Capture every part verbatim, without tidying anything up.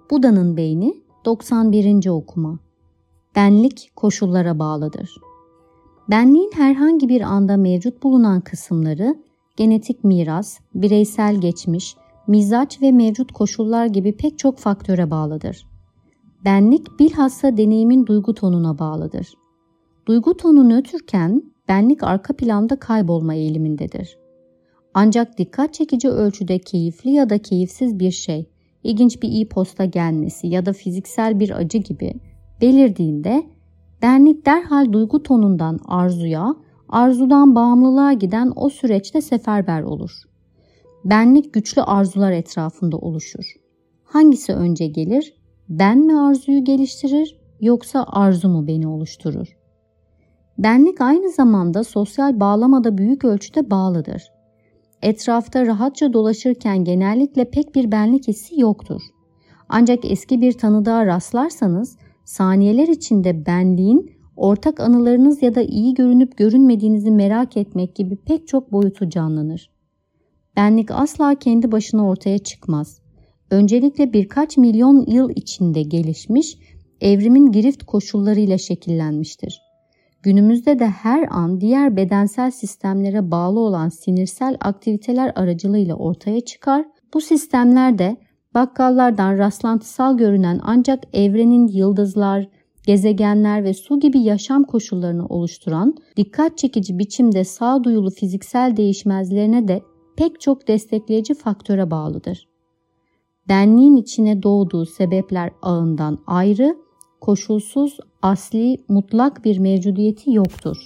Buda'nın beyni doksan birinci okuma. Benlik koşullara bağlıdır. Benliğin herhangi bir anda mevcut bulunan kısımları genetik miras, bireysel geçmiş, mizaç ve mevcut koşullar gibi pek çok faktöre bağlıdır. Benlik bilhassa deneyimin duygu tonuna bağlıdır. Duygu tonu nötrken benlik arka planda kaybolma eğilimindedir. Ancak dikkat çekici ölçüde keyifli ya da keyifsiz bir şey, ilginç bir e-posta gelmesi ya da fiziksel bir acı gibi belirdiğinde benlik derhal duygu tonundan arzuya, arzudan bağımlılığa giden o süreçte seferber olur. Benlik güçlü arzular etrafında oluşur. Hangisi önce gelir? Ben mi arzuyu geliştirir yoksa arzu mu beni oluşturur? Benlik aynı zamanda sosyal bağlamada büyük ölçüde bağlıdır. Etrafta rahatça dolaşırken genellikle pek bir benlik hissi yoktur. Ancak eski bir tanıdığa rastlarsanız saniyeler içinde benliğin ortak anılarınız ya da iyi görünüp görünmediğinizi merak etmek gibi pek çok boyutu canlanır. Benlik asla kendi başına ortaya çıkmaz. Öncelikle birkaç milyon yıl içinde gelişmiş, evrimin girift koşullarıyla şekillenmiştir. Günümüzde de her an diğer bedensel sistemlere bağlı olan sinirsel aktiviteler aracılığıyla ortaya çıkar. Bu sistemler de bakkallardan rastlantısal görünen ancak evrenin yıldızlar, gezegenler ve su gibi yaşam koşullarını oluşturan dikkat çekici biçimde sağduyulu fiziksel değişmezlerine de pek çok destekleyici faktöre bağlıdır. Benliğin içine doğduğu sebepler ağından ayrı, koşulsuz, asli, mutlak bir mevcudiyeti yoktur.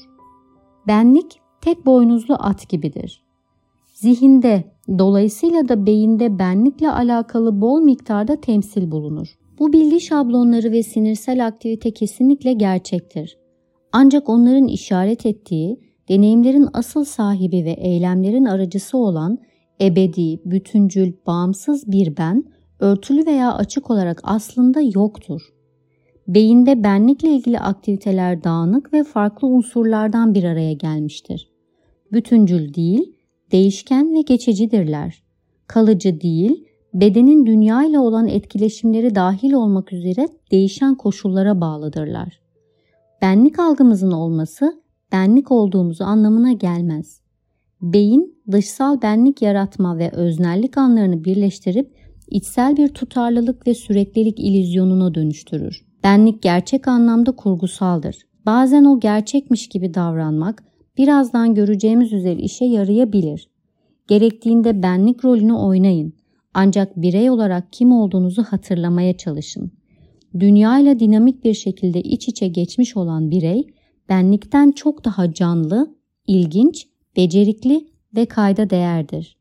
Benlik tek boynuzlu at gibidir. Zihinde, dolayısıyla da beyinde benlikle alakalı bol miktarda temsil bulunur. Bu bilgi şablonları ve sinirsel aktivite kesinlikle gerçektir. Ancak onların işaret ettiği, deneyimlerin asıl sahibi ve eylemlerin aracısı olan ebedi, bütüncül, bağımsız bir ben, örtülü veya açık olarak aslında yoktur. Beyinde benlikle ilgili aktiviteler dağınık ve farklı unsurlardan bir araya gelmiştir. Bütüncül değil, değişken ve geçicidirler. Kalıcı değil, bedenin dünya ile olan etkileşimleri dahil olmak üzere değişen koşullara bağlıdırlar. Benlik algımızın olması, benlik olduğumuzu anlamına gelmez. Beyin, dışsal benlik yaratma ve öznellik anlarını birleştirip içsel bir tutarlılık ve süreklilik illüzyonuna dönüştürür. Benlik gerçek anlamda kurgusaldır. Bazen o gerçekmiş gibi davranmak, birazdan göreceğimiz üzere işe yarayabilir. Gerektiğinde benlik rolünü oynayın. Ancak birey olarak kim olduğunuzu hatırlamaya çalışın. Dünyayla dinamik bir şekilde iç içe geçmiş olan birey, benlikten çok daha canlı, ilginç, becerikli ve kayda değerdir.